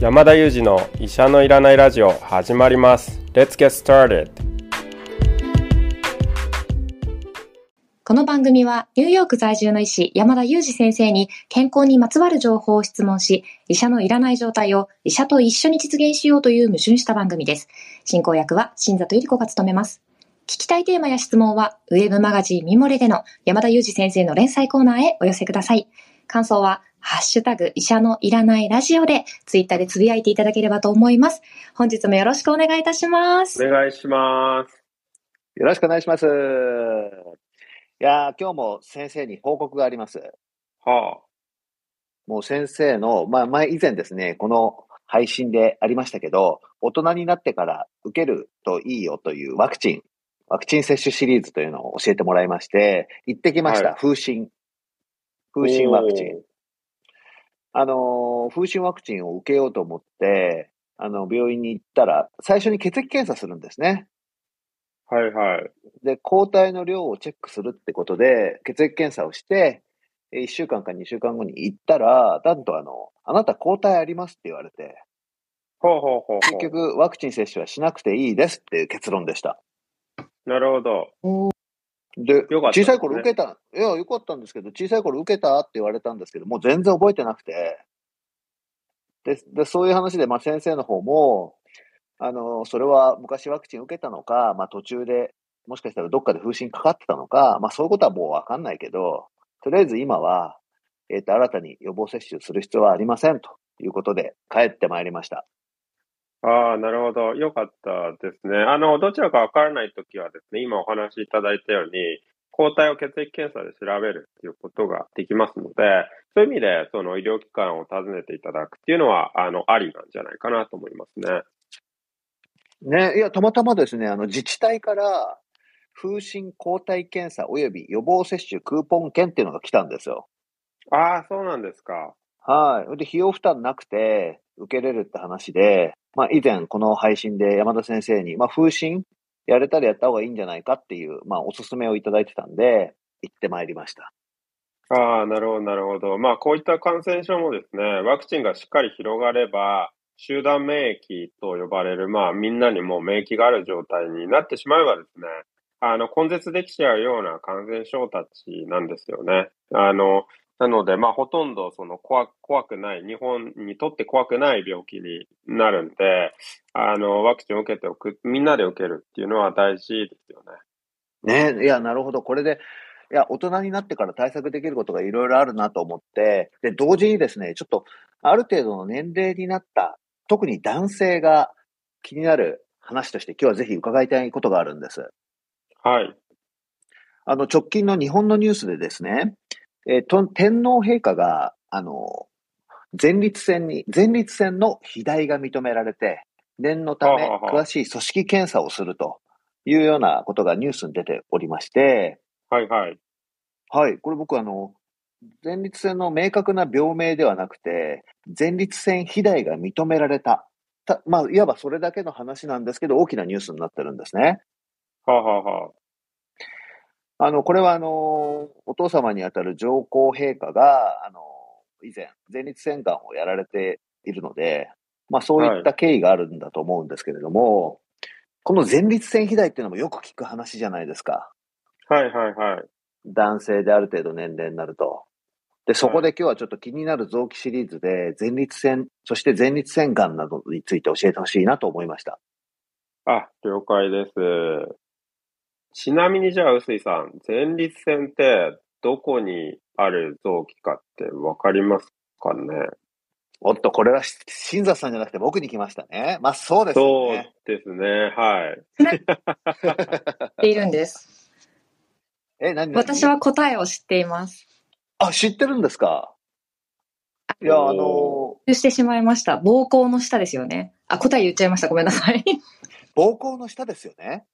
山田裕二の医者のいらないラジオ始まります。Let's get started。 この番組はニューヨーク在住の医師山田裕二先生に健康にまつわる情報を質問し、医者のいらない状態を医者と一緒に実現しようという矛盾した番組です。進行役は新里百合子が務めます。聞きたいテーマや質問はウェブマガジンミモレでの山田裕二先生の連載コーナーへお寄せください。感想はハッシュタグ医者のいらないラジオでツイッターでつぶやいていただければと思います。本日もよろしくお願いいたします。 お願いします。 よろしくお願いします。いや今日も先生に報告があります。 はあ。 もう先生の、以前ですね、この配信でありましたけど、大人になってから受けるといいよというワクチン接種シリーズというのを教えてもらいまして、行ってきました。はい、風疹ワクチン。風疹ワクチンを受けようと思って、病院に行ったら、最初に血液検査するんですね。 はいはい。 で、抗体の量をチェックするってことで、血液検査をして、1週間か2週間後に行ったら、なんとあなた抗体ありますって言われて、結局ワクチン接種はしなくていいですっていう結論でした。 なるほど。 で、小さい頃受けた、いや、よかったんですけど、小さい頃受けたって言われたんですけど、もう全然覚えてなくて、で、そういう話で、先生の方も、それは昔ワクチン受けたのか、途中で、もしかしたらどっかで風疹かかってたのか、そういうことはもうわかんないけど、とりあえず今は、新たに予防接種する必要はありませんということで帰ってまいりました。 ああ、なるほど。よかったですね。どちらかわからないときはですね、今お話しいただいたように、抗体を血液検査で調べるっていうことができますので、そういう意味で、その医療機関を訪ねていただくっていうのは、ありなんじゃないかなと思いますね。 ね、いや、たまたまですね、自治体から、風疹抗体検査及び予防接種クーポン券っていうのが来たんですよ。 ああ、そうなんですか。 はい。で、費用負担なくて受けれるって話で、以前この配信で山田先生に、風疹やれたらやった方がいいんじゃないかっていう、おすすめをいただいてたんで、行ってまいりました。 ああ、なるほど、なるほど。こういった感染症もですね、ワクチンがしっかり広がれば、集団免疫と呼ばれる、みんなにもう免疫がある状態になってしまえばですね、根絶できちゃうような感染症たちなんですよね。なので、ほとんど怖くない、日本にとって怖くない病気になるんで、ワクチンを受けておく、みんなで受けるっていうのは大事ですよね。ね、いや、なるほど。これで、いや、大人になってから対策できることがいろいろあるなと思って、で、同時にですね、ちょっと、ある程度の年齢になった、特に男性が気になる話として今日はぜひ伺いたいことがあるんです。 はい。 直近の日本のニュースでですね、天皇陛下が、前立腺の肥大が認められて、念のため詳しい組織検査をするというようなことがニュースに出ておりまして、 はいはい。 はい、これ僕前立腺の明確な病名ではなくて、前立腺肥大が認められた。いわばそれだけの話なんですけど、大きなニュースになってるんですね。これはお父様にあたる上皇陛下が、以前、前立腺がんをやられているので、そういった経緯があるんだと思うんですけれども、この前立腺肥大っていうのもよく聞く話じゃないですか。 はいはいはい。 男性である程度年齢になると。で、そこで今日はちょっと気になる臓器シリーズで、前立腺、そして前立腺がんなどについて教えてほしいなと思いました。 了解です。ちなみにじゃあ、臼井さん、前立腺ってどこにある臓器かってわかりますかね？ おっと、これは新里さんじゃなくて僕に来ましたね。そうですよね。 そうですね、はい。 知っているんです。 何私は答えを知っています。 知ってるんですか？いや、 してしまいました。膀胱の下ですよね。答え言っちゃいました。ごめんなさい。 膀胱の下ですよね。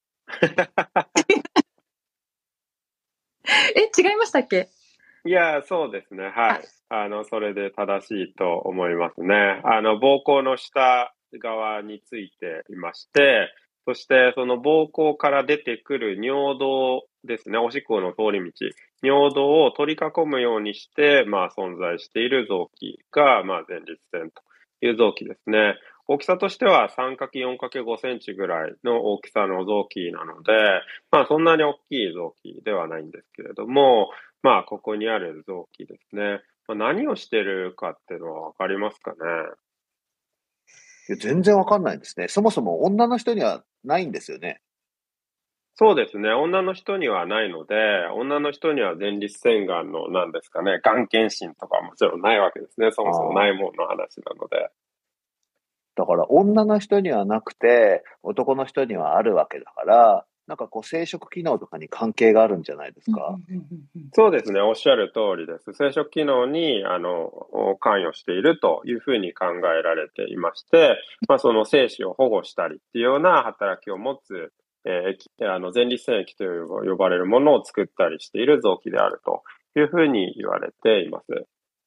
違いましたっけ？ いや、そうですね、はい。それで正しいと思いますね。膀胱の下側についていまして、そしてその膀胱から出てくる尿道ですね、おしっこの通り道、尿道を取り囲むようにして、存在している臓器が、前立腺という臓器ですね。大きさとしては 3×4×5 センチぐらいの大きさの臓器なので、まあそんなに大きい臓器ではないんですけれども、まあここにある臓器ですね。まあ、何をしてるかっていうのはわかりますかね。 いや全然わかんないですね。そもそも女の人にはないんですよね。 そうですね。女の人にはないので、女の人には前立腺がんの何ですかね、がん検診とかもちろんないわけですね。そもそもないものの話なので。 だから女の人にはなくて、男の人にはあるわけだから、なんかこう生殖機能とかに関係があるんじゃないですか。 そうですね。おっしゃる通りです。生殖機能に、関与しているというふうに考えられていまして、まあ、その精子を保護したりっていうような働きを持つ、前立腺液と呼ばれるものを作ったりしている臓器であるというふうに言われています。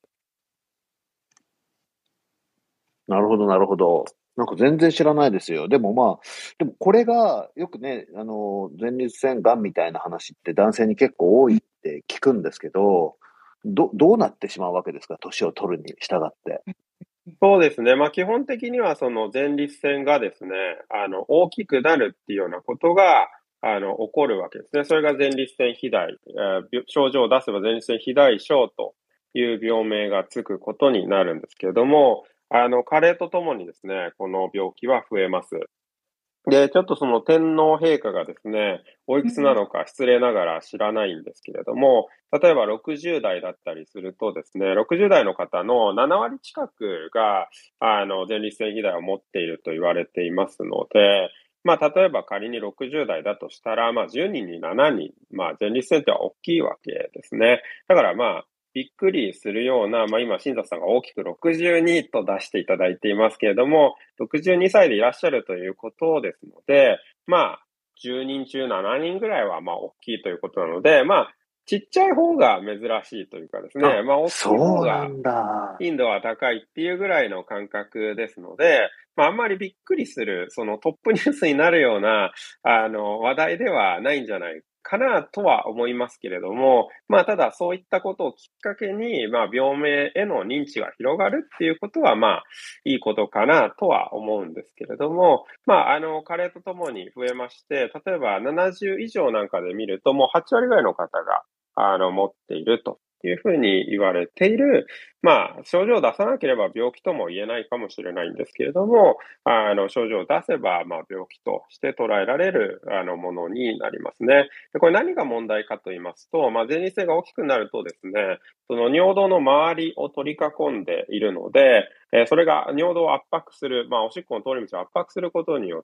なるほど、なるほど。なんか全然知らないですよ。でもまあ、でもこれがよくね、前立腺がんみたいな話って男性に結構多いって聞くんですけど、どうなってしまうわけですか、年を取るに従って。 そうですね。まあ、基本的にはその前立腺がですね、大きくなるっていうようなことが、起こるわけですね。それが前立腺肥大、症状を出せば前立腺肥大症という病名がつくことになるんですけれども、加齢とともにですね、この病気は増えます。で、ちょっとその天皇陛下がですね、おいくつなのか失礼ながら知らないんですけれども、例えば60代だったりするとですね、60代の方の7割近くが、前立腺肥大を持っていると言われていますので、まあ、例えば仮に60代だとしたら、まあ、10人に7人、まあ、前立腺っては大きいわけですね。だからまあ、びっくりするような、まあ今、新里さんが大きく62と出していただいていますけれども、62歳でいらっしゃるということですので、まあ、10人中7人ぐらいはまあ大きいということなので、まあ、ちっちゃい方が珍しいというかですね、まあ大きい方がそうなんだ。 頻度は高いっていうぐらいの感覚ですので、まああんまりびっくりする、そのトップニュースになるような、話題ではないんじゃないかなとは思いますけれども、まあただそういったことをきっかけに、まあ病名への認知が広がるっていうことは、まあいいことかなとは思うんですけれども、まあ加齢とともに増えまして、例えば70以上なんかで見るともう8割ぐらいの方が、持っているというふうに言われている、まあ、症状を出さなければ病気とも言えないかもしれないんですけれども、症状を出せば、まあ、病気として捉えられる、ものになりますね。で、これ何が問題かと言いますと、まあ、前立腺が大きくなるとですね、その尿道の周りを取り囲んでいるので、それが尿道を圧迫する、まあ、おしっこの通り道を圧迫することによって、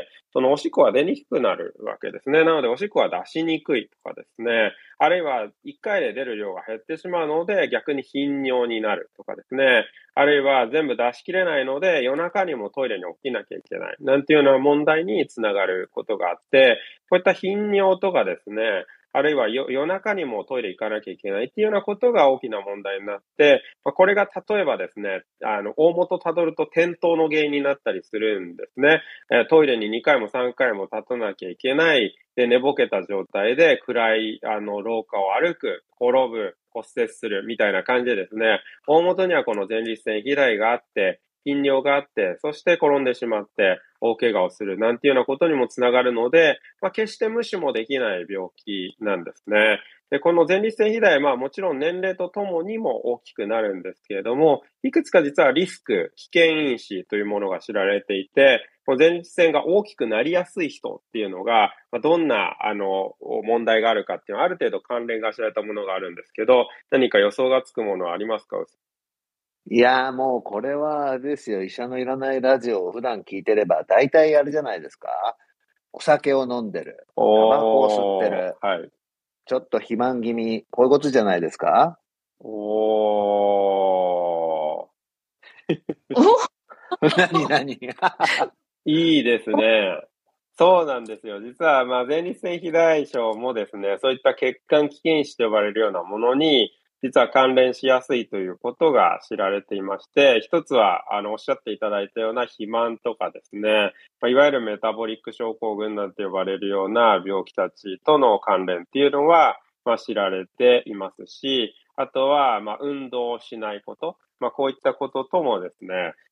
そのおしっこが出にくくなるわけですね。なので、おしっこが出しにくいとかですね、あるいは1回で出る量が減ってしまうので、逆に頻尿になるとかですね、あるいは全部出し切れないので、夜中にもトイレに起きなきゃいけない、なんていうような問題につながることがあって、こういった頻尿とかですね、あるいは夜中にもトイレ行かなきゃいけないっていうようなことが大きな問題になって、まあ、これが例えばですね、大元たどると転倒の原因になったりするんですね。トイレに2回も3回も立たなきゃいけない。で、寝ぼけた状態で暗い、廊下を歩く、転ぶ、骨折するみたいな感じでですね、大元にはこの前立腺肥大があって、頻尿があって、そして転んでしまって大怪我をするなんていうようなことにもつながるので、まあ、決して無視もできない病気なんですね。で、この前立腺肥大、まあもちろん年齢とともにも大きくなるんですけれども、いくつか実はリスク、危険因子というものが知られていて、この前立腺が大きくなりやすい人っていうのが、どんな、問題があるかっていうのはある程度関連が知られたものがあるんですけど、何か予想がつくものはありますか？ いやーもうこれはあれですよ。医者のいらないラジオを普段聞いてれば大体あれじゃないですか。お酒を飲んでる。タバコを吸ってる。 はい。 ちょっと肥満気味。こういうことじゃないですか。 おー。 何何いいですね。そうなんですよ。実は、まあ、前立腺肥大症もですね、そういった血管危険子と呼ばれるようなものに、実は関連しやすいということが知られていまして、一つは、おっしゃっていただいたような肥満とかですね、まあ、いわゆるメタボリック症候群なんて呼ばれるような病気たちとの関連っていうのは、まあ、知られていますし、あとは、まあ、運動をしないこと、まあ、こういったことともですね、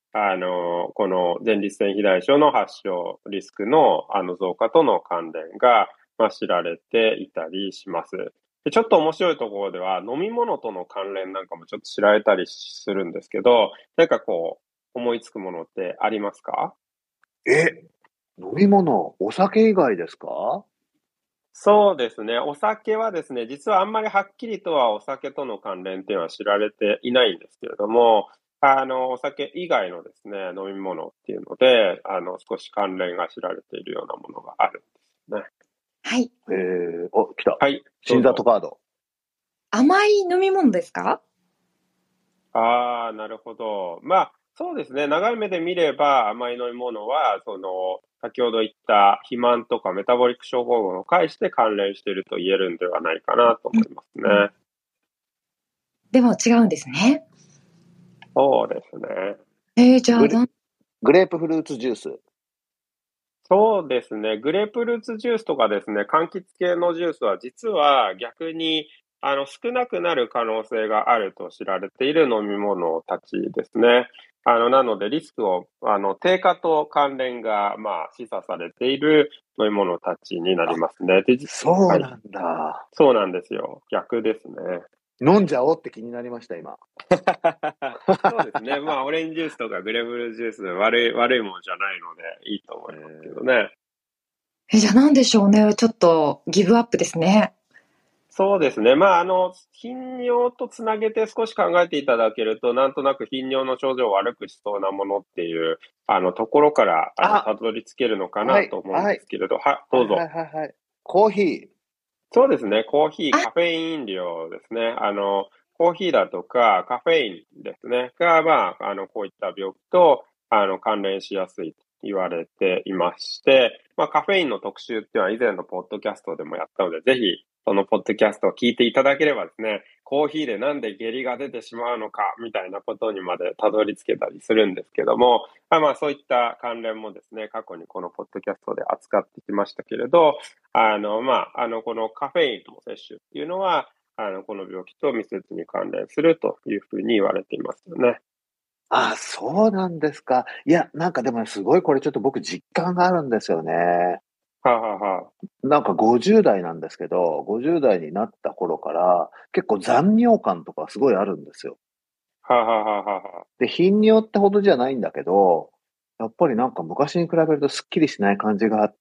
この前立腺肥大症の発症リスクの増加との関連が、知られていたりします。で、ちょっと面白いところでは、飲み物との関連なんかもちょっと知られたりするんですけど、なんか思いつくものってありますか？ 飲み物、お酒以外ですか？ そうですね。お酒はですね、実はあんまりはっきりとはお酒との関連っていうのは知られていないんですけれども、お酒以外のですね、飲み物っていうので、少し関連が知られているようなものがあるんですね。 はい。 来た。 はい。 新里カード。 甘い飲み物ですか？ なるほど。そうですね。長い目で見れば甘い飲み物は、先ほど言った肥満とかメタボリック症候群を介して関連していると言えるんではないかなと思いますね。 でも違うんですね。 そうですね。 じゃあグレープフルーツジュース。 そうですね。グレープフルーツジュースとかですね、柑橘系のジュースは実は逆に、少なくなる可能性があると知られている飲み物たちですね。なのでリスクを、低下と関連が、示唆されている飲み物たちになりますね。 そうなんだ、 はい。そうなんですよ。逆ですね。 飲んじゃおうって気になりました、今。 そうですね。オレンジジュースとかグレープフルーツジュース悪いものじゃないのでいいと思いますけどね。 じゃあ何でしょうね。ちょっとギブアップですね。 そうですね。頻尿とつなげて少し考えていただけると、なんとなく頻尿の症状を悪くしそうなものっていう、ところから、たどり着けるのかなと思うんですけれど、どうぞ。 はい。コーヒー。 そうですね。コーヒー、カフェイン飲料ですね。コーヒーだとかカフェインですね。が、こういった病気と、関連しやすいと言われていまして、カフェインの特集っていうのは以前のポッドキャストでもやったので、ぜひ、そのポッドキャストを聞いていただければですね、コーヒーでなんで下痢が出てしまうのか、みたいなことにまでたどり着けたりするんですけども、そういった関連もですね、過去にこのポッドキャストで扱ってきましたけれど、このカフェインの摂取っていうのは、この病気と密接に関連するというふうに言われていますよね。 そうなんですか。いや、なんかでもすごいこれちょっと僕実感があるんですよね。なんか50代なんですけど、50代になった頃から結構残尿感とかすごいあるんですよ。で、頻尿ってほどじゃないんだけど、やっぱりなんか昔に比べるとスッキリしない感じがあって、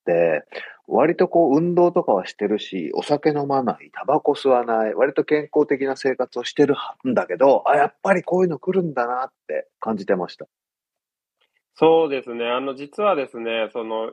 割と運動とかはしてるし、お酒飲まない、タバコ吸わない、割と健康的な生活をしてるんだけど、やっぱりこういうの来るんだなって感じてました。 そうですね。実はですね、その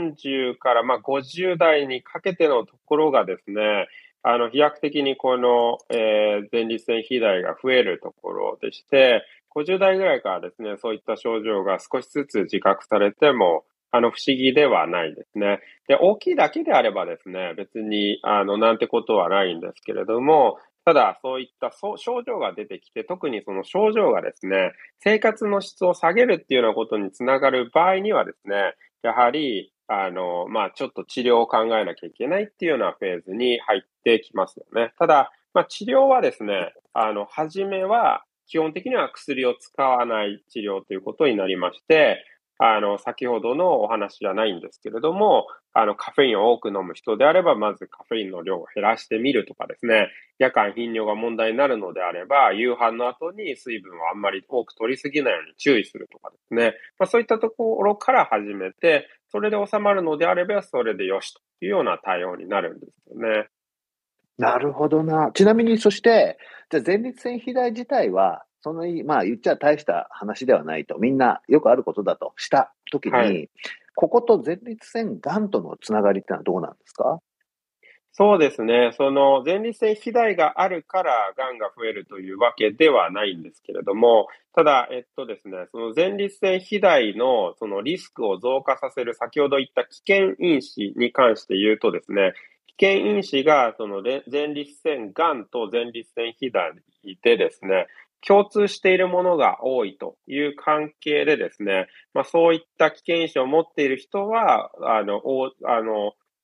40から50代にかけてのところがですね、飛躍的にこの、前立腺肥大が増えるところでして、50代ぐらいからですね、そういった症状が少しずつ自覚されても、不思議ではないですね。で、大きいだけであればですね、別に、なんてことはないんですけれども、ただ、そういった症状が出てきて、特にその症状がですね、生活の質を下げるっていうようなことにつながる場合にはですね、やはり、ちょっと治療を考えなきゃいけないっていうようなフェーズに入ってきますよね。ただ、治療はですね、初めは基本的には薬を使わない治療ということになりまして、先ほどのお話じゃないんですけれども、カフェインを多く飲む人であれば、まずカフェインの量を減らしてみるとかですね、夜間頻尿が問題になるのであれば、夕飯の後に水分をあんまり多く取りすぎないように注意するとかですね、そういったところから始めて、それで収まるのであれば、それでよしというような対応になるんですよね。 なるほどな。ちなみに、そして、じゃあ前立腺肥大自体は、その、言っちゃ大した話ではないと、みんなよくあることだとしたときに、はい、ここと前立腺がんとのつながりってのはどうなんですか？ そうですね。その前立腺肥大があるからがんが増えるというわけではないんですけれども、ただ、ですね、その前立腺肥大のそのリスクを増加させる先ほど言った危険因子に関して言うとですね、危険因子がその前立腺がんと前立腺肥大でですね、共通しているものが多いという関係でですね、そういった危険因子を持っている人は、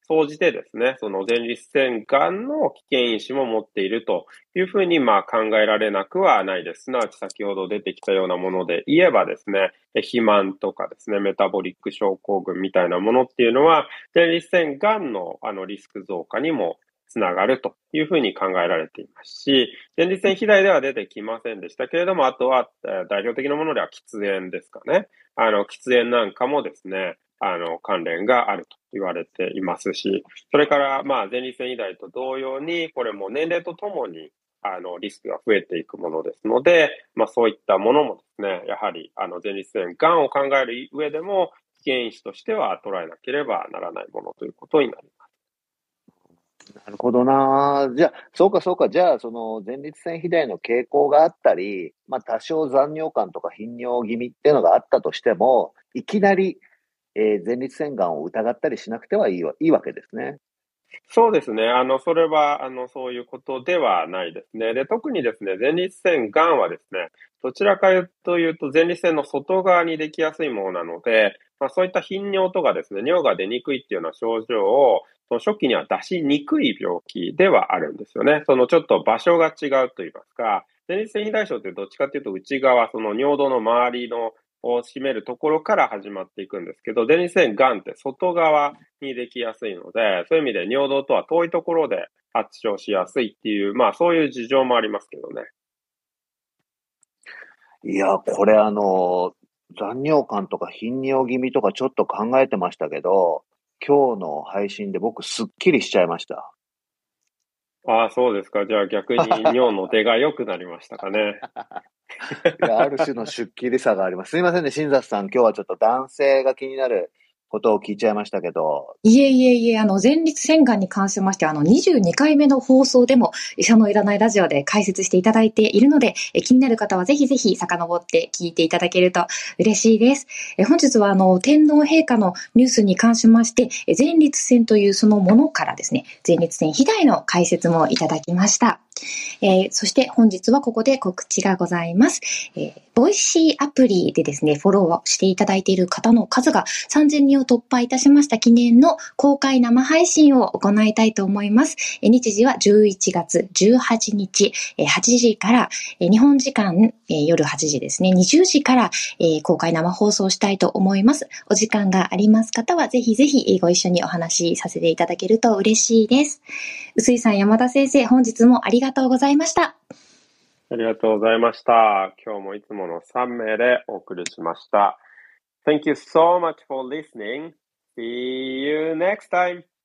総じてですね、その前立腺がんの危険因子も持っているというふうに考えられなくはないです。すなわち先ほど出てきたようなもので言えばですね、肥満とかですね、メタボリック症候群みたいなものっていうのは、前立腺がんのリスク増加にもつながるというふうに考えられていますし、前立腺肥大では出てきませんでしたけれども、あとは代表的なものでは喫煙ですかね。喫煙なんかもですね、関連があると言われていますし、それから、前立腺肥大と同様に、これも年齢とともに、リスクが増えていくものですので、そういったものもですね、やはり、前立腺がんを考える上でも、危険因子としては捉えなければならないものということになります。 なるほどな。じゃあ、そうか。じゃあ、その前立腺肥大の傾向があったり、多少残尿感とか頻尿気味っていうのがあったとしても、いきなり、前立腺がんを疑ったりしなくてはいいわけですね。 そうですね。それは、そういうことではないですね。で、特にですね、前立腺がんはですね、どちらかというと前立腺の外側にできやすいものなので、そういった頻尿とかですね、尿が出にくいっていうような症状を、その初期には出しにくい病気ではあるんですよね。そのちょっと場所が違うと言いますか、前立腺肥大症ってどっちかというと内側、その尿道の周りのを占めるところから始まっていくんですけど、前立腺がんって外側にできやすいので、そういう意味で尿道とは遠いところで発症しやすいっていう、そういう事情もありますけどね。 いや、これ残尿感とか頻尿気味とかちょっと考えてましたけど、今日の配信で僕すっきりしちゃいました。 ああ、そうですか。じゃあ逆に尿の出が良くなりましたかね。 いや、ある種の出っりさがあります。すいませんね、新里さん。今日はちょっと男性が気になることを聞いちゃいましたけど。 前立腺がんに関しまして、22回目の放送でも、医者のいらないラジオで解説していただいているので、気になる方はぜひぜひ遡って聞いていただけると嬉しいです。本日は、天皇陛下のニュースに関しまして、前立腺というそのものからですね、前立腺肥大の解説もいただきました。そして本日はここで告知がございます。ボイシーアプリでですね、フォローしていただいている方の数が3000人を突破いたしました記念の公開生配信を行いたいと思います。日時は11月18日、8時から、日本時間、夜8時ですね、20時から、公開生放送したいと思います。お時間があります方はぜひぜひご一緒にお話しさせていただけると嬉しいです。臼井さん、山田先生、本日もありがとうございました。 ありがとうございました。今日もいつもの3名でお送りしました。Thank you so much for listening. See you next time.